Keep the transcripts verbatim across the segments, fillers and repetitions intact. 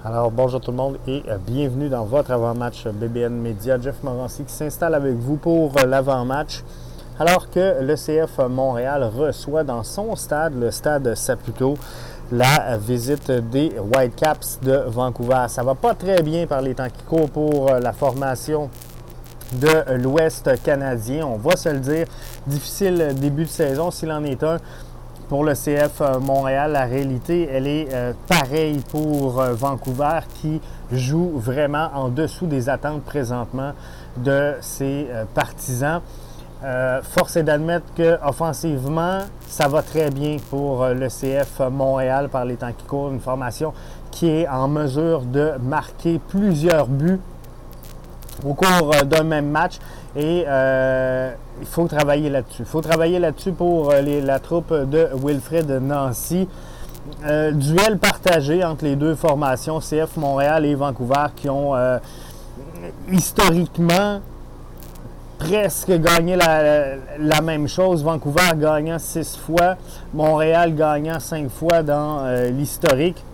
Alors, bonjour tout le monde et bienvenue dans votre avant-match B B N Media. Jeff Morancy qui s'installe avec vous pour l'avant-match. Alors que le C F Montréal reçoit dans son stade, le stade Saputo, la visite des Whitecaps de Vancouver. Ça va pas très bien par les temps qui courent pour la formation de l'Ouest canadien. On va se le dire, difficile début de saison s'il en est un. Pour le C F Montréal, la réalité, elle est euh, pareille pour euh, Vancouver qui joue vraiment en dessous des attentes présentement de ses euh, partisans. Euh, force est d'admettre qu'offensivement, ça va très bien pour euh, le C F Montréal par les temps qui courent. Une formation qui est en mesure de marquer plusieurs buts au cours d'un même match et euh, il faut travailler là-dessus. Il faut travailler là-dessus pour les, la troupe de Wilfrid Nancy. Euh, duel partagé entre les deux formations, C F Montréal et Vancouver, qui ont euh, historiquement presque gagné la, la même chose. Vancouver gagnant six fois, Montréal gagnant cinq fois dans euh, l'historique.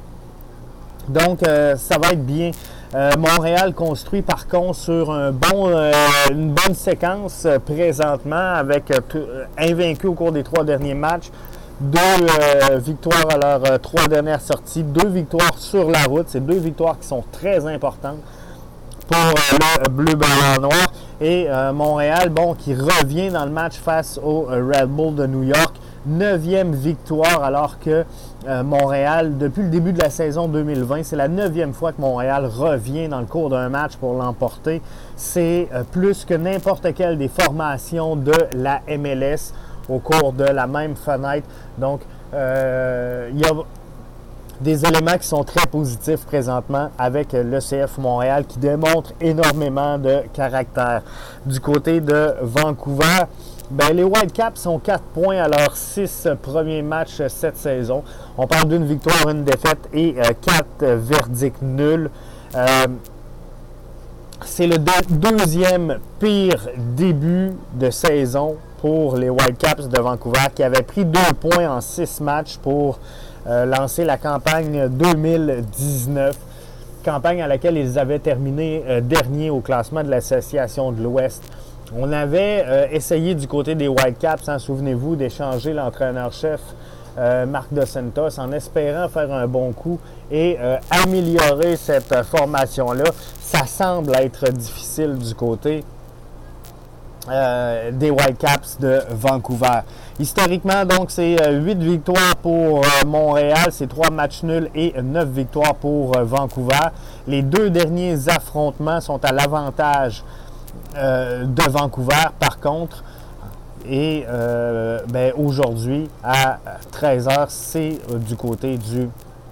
Donc, euh, ça va être bien. Euh, Montréal construit par contre sur un bon, euh, une bonne séquence euh, présentement avec euh, invaincu au cours des trois derniers matchs. Deux euh, victoires à leurs euh, trois dernières sorties, deux victoires sur la route. C'est deux victoires qui sont très importantes pour euh, le bleu, blanc, noir. Et euh, Montréal, bon, qui revient dans le match face au euh, Red Bull de New York. Neuvième victoire alors que euh, Montréal, depuis le début de la saison deux mille vingt, c'est la neuvième fois que Montréal revient dans le cours d'un match pour l'emporter. C'est euh, plus que n'importe quelle des formations de la M L S au cours de la même fenêtre. Donc, euh, il y a des éléments qui sont très positifs présentement avec le C F Montréal qui démontre énormément de caractère. Du côté de Vancouver, ben, les Whitecaps ont quatre points à leurs six premiers matchs cette saison. On parle d'une victoire, une défaite et euh, quatre verdicts nuls. Euh, c'est le de- deuxième pire début de saison pour les Whitecaps de Vancouver qui avaient pris deux points en six matchs pour euh, lancer la campagne deux mille dix-neuf. Campagne à laquelle ils avaient terminé euh, dernier au classement de l'Association de l'Ouest. On avait euh, essayé du côté des Whitecaps, hein, souvenez-vous, d'échanger l'entraîneur-chef euh, Marc Dos Santos en espérant faire un bon coup et euh, améliorer cette euh, formation-là. Ça semble être difficile du côté euh, des Whitecaps de Vancouver. Historiquement, donc, c'est euh, huit victoires pour euh, Montréal, c'est trois matchs nuls et neuf victoires pour euh, Vancouver. Les deux derniers affrontements sont à l'avantage Euh, de Vancouver, par contre. Et euh, ben, aujourd'hui, à treize heures, c'est euh, du côté du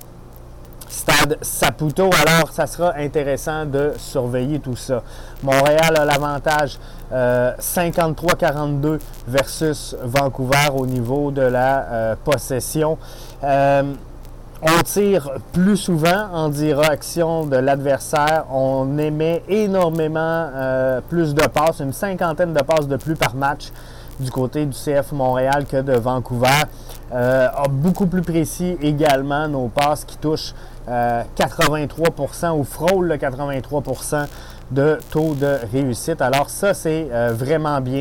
stade Saputo. Alors, ça sera intéressant de surveiller tout ça. Montréal a l'avantage euh, cinquante-trois à quarante-deux versus Vancouver au niveau de la euh, possession. Euh, On tire plus souvent en direction de l'adversaire. On émet énormément euh, plus de passes, une cinquantaine de passes de plus par match du côté du C F Montréal que de Vancouver. Euh, beaucoup plus précis également nos passes qui touchent euh, quatre-vingt-trois pour cent ou frôlent le quatre-vingt-trois pour cent de taux de réussite. Alors ça, c'est euh, vraiment bien.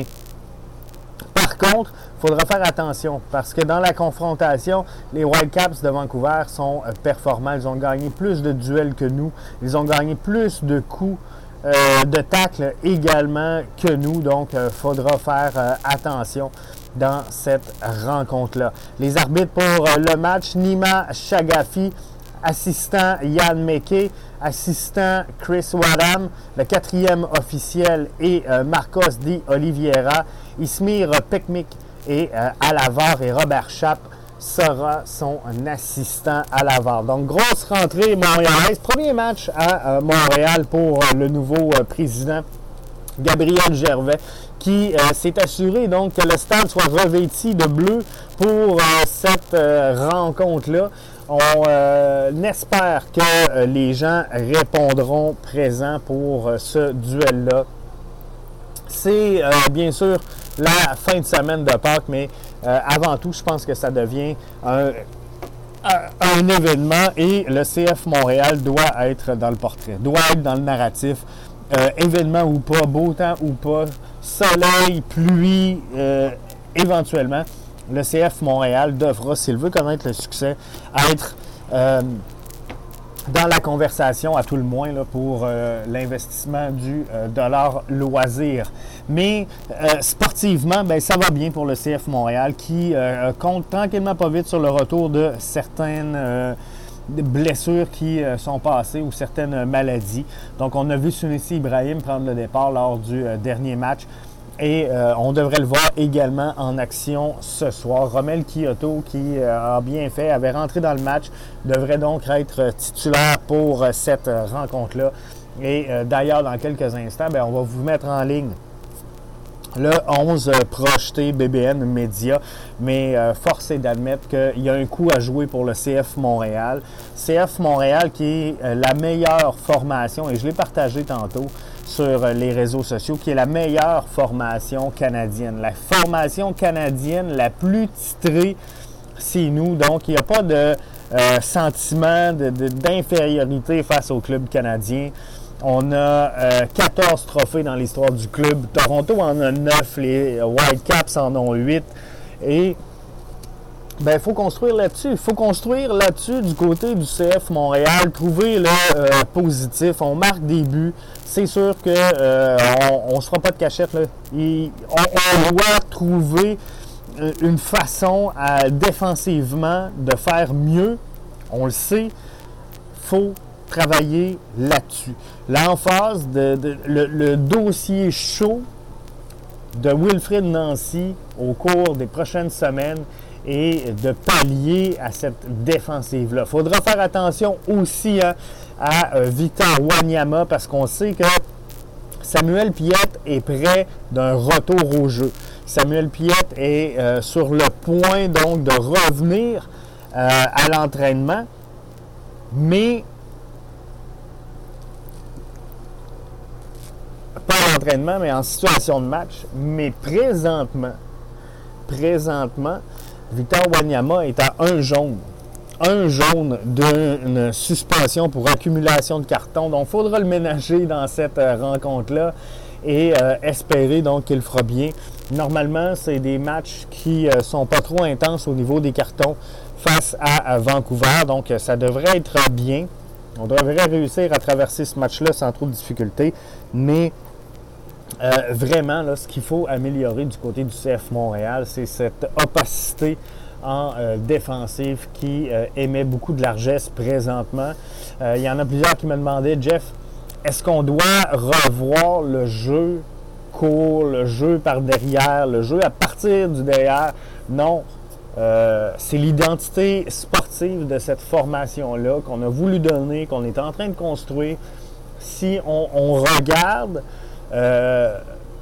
Par contre, il faudra faire attention parce que dans la confrontation, les Whitecaps de Vancouver sont performants. Ils ont gagné plus de duels que nous. Ils ont gagné plus de coups euh, de tacle également que nous. Donc, il euh, faudra faire euh, attention dans cette rencontre-là. Les arbitres pour euh, le match, Nima Shagafi, assistant Yann McKay, assistant Chris Wadham, le quatrième officiel et euh, Marcos Di Oliveira, Ismir Pekmik et euh, à la V A R et Robert Chapp sera son assistant à la V A R. Donc, grosse rentrée montréalaise. Premier match à euh, Montréal pour euh, le nouveau euh, président Gabriel Gervais qui euh, s'est assuré donc que le stade soit revêtu de bleu pour euh, cette euh, rencontre-là. On euh, espère que euh, les gens répondront présents pour euh, ce duel-là. C'est euh, bien sûr la fin de semaine de Pâques, mais euh, avant tout, je pense que ça devient un un événement et le C F Montréal doit être dans le portrait, doit être dans le narratif. Euh, événement ou pas, beau temps ou pas, soleil, pluie, euh, éventuellement, le C F Montréal devra, s'il veut connaître le succès, être euh, dans la conversation, à tout le moins, là, pour euh, l'investissement du euh, dollar loisir. Mais euh, sportivement, ben, ça va bien pour le C F Montréal qui euh, compte tranquillement pas vite sur le retour de certaines euh, blessures qui euh, sont passées ou certaines maladies. Donc, on a vu Sunissi Ibrahim prendre le départ lors du euh, dernier match. Et euh, on devrait le voir également en action ce soir. Romel Kyoto, qui euh, a bien fait, avait rentré dans le match, devrait donc être titulaire pour euh, cette euh, rencontre-là. Et euh, d'ailleurs, dans quelques instants, bien, on va vous mettre en ligne le onze euh, projeté B B N Média, mais euh, force est d'admettre qu'il y a un coup à jouer pour le C F Montréal. C F Montréal qui est euh, la meilleure formation, et je l'ai partagé tantôt sur euh, les réseaux sociaux, qui est la meilleure formation canadienne. La formation canadienne la plus titrée, c'est nous. Donc, il n'y a pas de euh, sentiment de, de, d'infériorité face au club canadien. On a euh, quatorze trophées dans l'histoire du club. Toronto en a neuf, les Whitecaps en ont huit. Et ben, il faut construire là-dessus. Il faut construire là-dessus du côté du C F Montréal, trouver le euh, positif. On marque des buts. C'est sûr qu'on euh, ne se fera pas de cachette, là. Et on, on doit trouver une façon à, défensivement de faire mieux. On le sait. Il faut travailler là-dessus. L'emphase, de, de le, le dossier chaud de Wilfried Nancy au cours des prochaines semaines et de pallier à cette défensive-là. Il faudra faire attention aussi hein, à euh, Victor Wanyama parce qu'on sait que Samuel Piette est près d'un retour au jeu. Samuel Piette est euh, sur le point donc de revenir euh, à l'entraînement, mais pas à l'entraînement, mais en situation de match. Mais présentement, présentement, Victor Wanyama est à un jaune. Un jaune d'une suspension pour accumulation de cartons. Donc, il faudra le ménager dans cette euh, rencontre-là et euh, espérer donc qu'il fera bien. Normalement, c'est des matchs qui ne euh, sont pas trop intenses au niveau des cartons face à, à Vancouver. Donc, euh, ça devrait être bien. On devrait réussir à traverser ce match-là sans trop de difficultés. Mais euh, vraiment, là, ce qu'il faut améliorer du côté du C F Montréal, c'est cette opacité en euh, défensive qui euh, émet beaucoup de largesse présentement. Euh, il y en a plusieurs qui me demandaient, Jeff, est-ce qu'on doit revoir le jeu court, le jeu par derrière, le jeu à partir du derrière? Non. Euh, c'est l'identité sportive de cette formation-là qu'on a voulu donner, qu'on est en train de construire. Si on, on regarde euh,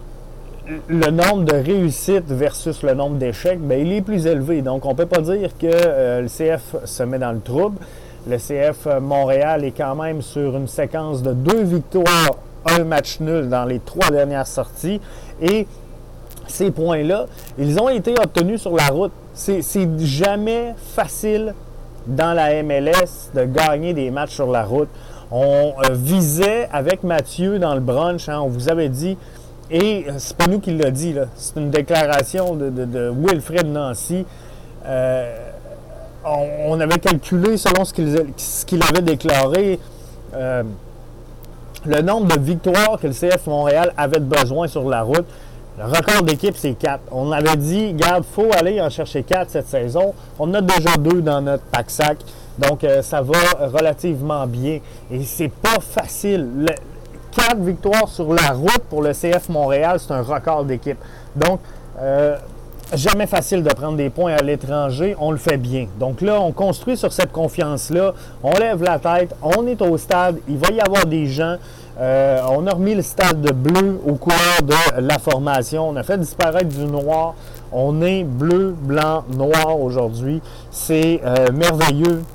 le nombre de réussites versus le nombre d'échecs, bien, il est plus élevé. Donc, on ne peut pas dire que euh, le C F se met dans le trouble. Le C F Montréal est quand même sur une séquence de deux victoires, un match nul dans les trois dernières sorties. Et ces points-là, ils ont été obtenus sur la route. C'est, c'est jamais facile dans la M L S de gagner des matchs sur la route. On euh, visait avec Mathieu dans le brunch, hein, on vous avait dit, et c'est pas nous qui l'a dit, là, c'est une déclaration de, de, de Wilfried Nancy. Euh, on, on avait calculé, selon ce qu'il, ce qu'il avait déclaré, euh, le nombre de victoires que le C F Montréal avait besoin sur la route. Le record d'équipe, c'est quatre. On avait dit, garde, il faut aller en chercher quatre cette saison. On en a déjà deux dans notre pack-sac. Donc, euh, ça va relativement bien. Et c'est pas facile. Le, quatre victoires sur la route pour le C F Montréal, c'est un record d'équipe. Donc, euh, jamais facile de prendre des points à l'étranger. On le fait bien. Donc là, on construit sur cette confiance-là. On lève la tête. On est au stade. Il va y avoir des gens. Euh, on a remis le stade de bleu aux couleurs de la formation. On a fait disparaître du noir. On est bleu, blanc, noir aujourd'hui. C'est euh, merveilleux.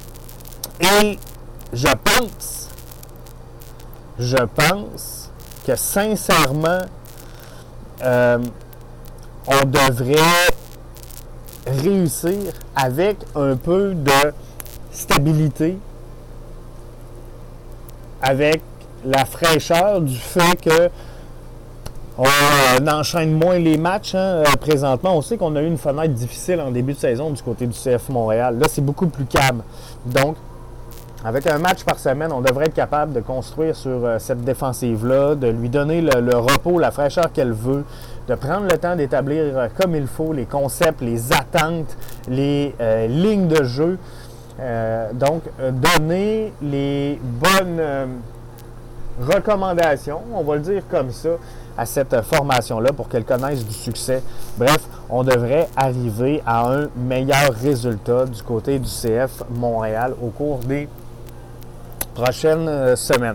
Et je pense, je pense que sincèrement, euh, on devrait réussir avec un peu de stabilité, avec la fraîcheur du fait que on enchaîne moins les matchs. Hein. Présentement, on sait qu'on a eu une fenêtre difficile en début de saison du côté du C F Montréal. Là, c'est beaucoup plus calme. Donc, avec un match par semaine, on devrait être capable de construire sur euh, cette défensive-là, de lui donner le, le repos, la fraîcheur qu'elle veut, de prendre le temps d'établir euh, comme il faut les concepts, les attentes, les euh, lignes de jeu. Euh, donc, euh, donner les bonnes euh, recommandations, on va le dire comme ça, à cette formation-là pour qu'elle connaisse du succès. Bref, on devrait arriver à un meilleur résultat du côté du C F Montréal au cours des prochaines euh, semaines.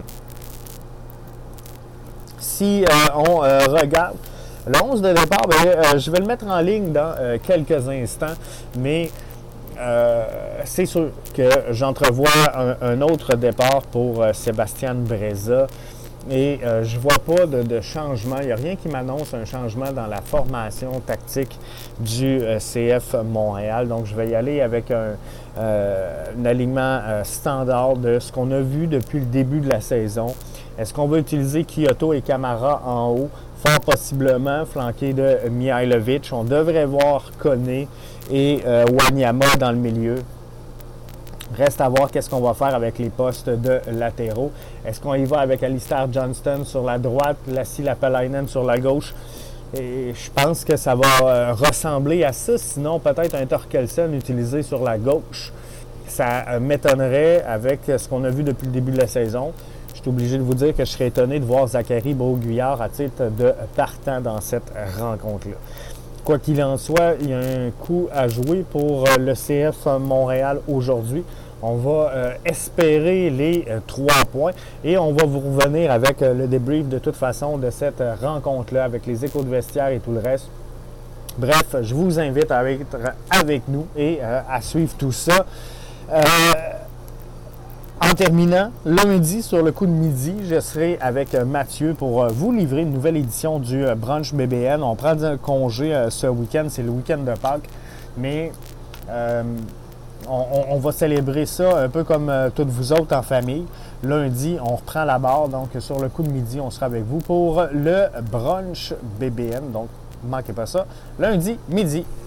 Si euh, on euh, regarde le onze de départ, bien, euh, je vais le mettre en ligne dans euh, quelques instants, mais euh, c'est sûr que j'entrevois un, un autre départ pour euh, Sébastien Breza. Et euh, je ne vois pas de, de changement. Il n'y a rien qui m'annonce un changement dans la formation tactique du euh, C F Montréal. Donc, je vais y aller avec un, euh, un alignement euh, standard de ce qu'on a vu depuis le début de la saison. Est-ce qu'on va utiliser Kyoto et Camara en haut? Fort possiblement, flanqué de Mihailovic. On devrait voir Koné et euh, Wanyama dans le milieu. Reste à voir qu'est-ce qu'on va faire avec les postes de latéraux. Est-ce qu'on y va avec Alistair Johnston sur la droite, Lassi Lapalainen sur la gauche? Et je pense que ça va euh, ressembler à ça. Sinon, peut-être un Torkelson utilisé sur la gauche. Ça euh, m'étonnerait avec ce qu'on a vu depuis le début de la saison. Je suis obligé de vous dire que je serais étonné de voir Zachary Broguillard à titre de partant dans cette rencontre-là. Quoi qu'il en soit, il y a un coup à jouer pour le C F Montréal aujourd'hui. On va euh, espérer les euh, trois points et on va vous revenir avec euh, le débrief de toute façon de cette euh, rencontre-là avec les échos de vestiaire et tout le reste. Bref, je vous invite à être avec nous et euh, à suivre tout ça. Euh, En terminant, lundi, sur le coup de midi, je serai avec Mathieu pour vous livrer une nouvelle édition du Brunch B B N. On prend un congé ce week-end, c'est le week-end de Pâques, mais euh, on, on va célébrer ça un peu comme euh, toutes vous autres en famille. Lundi, on reprend la barre, donc sur le coup de midi, on sera avec vous pour le Brunch B B N. Donc, ne manquez pas ça. Lundi, midi.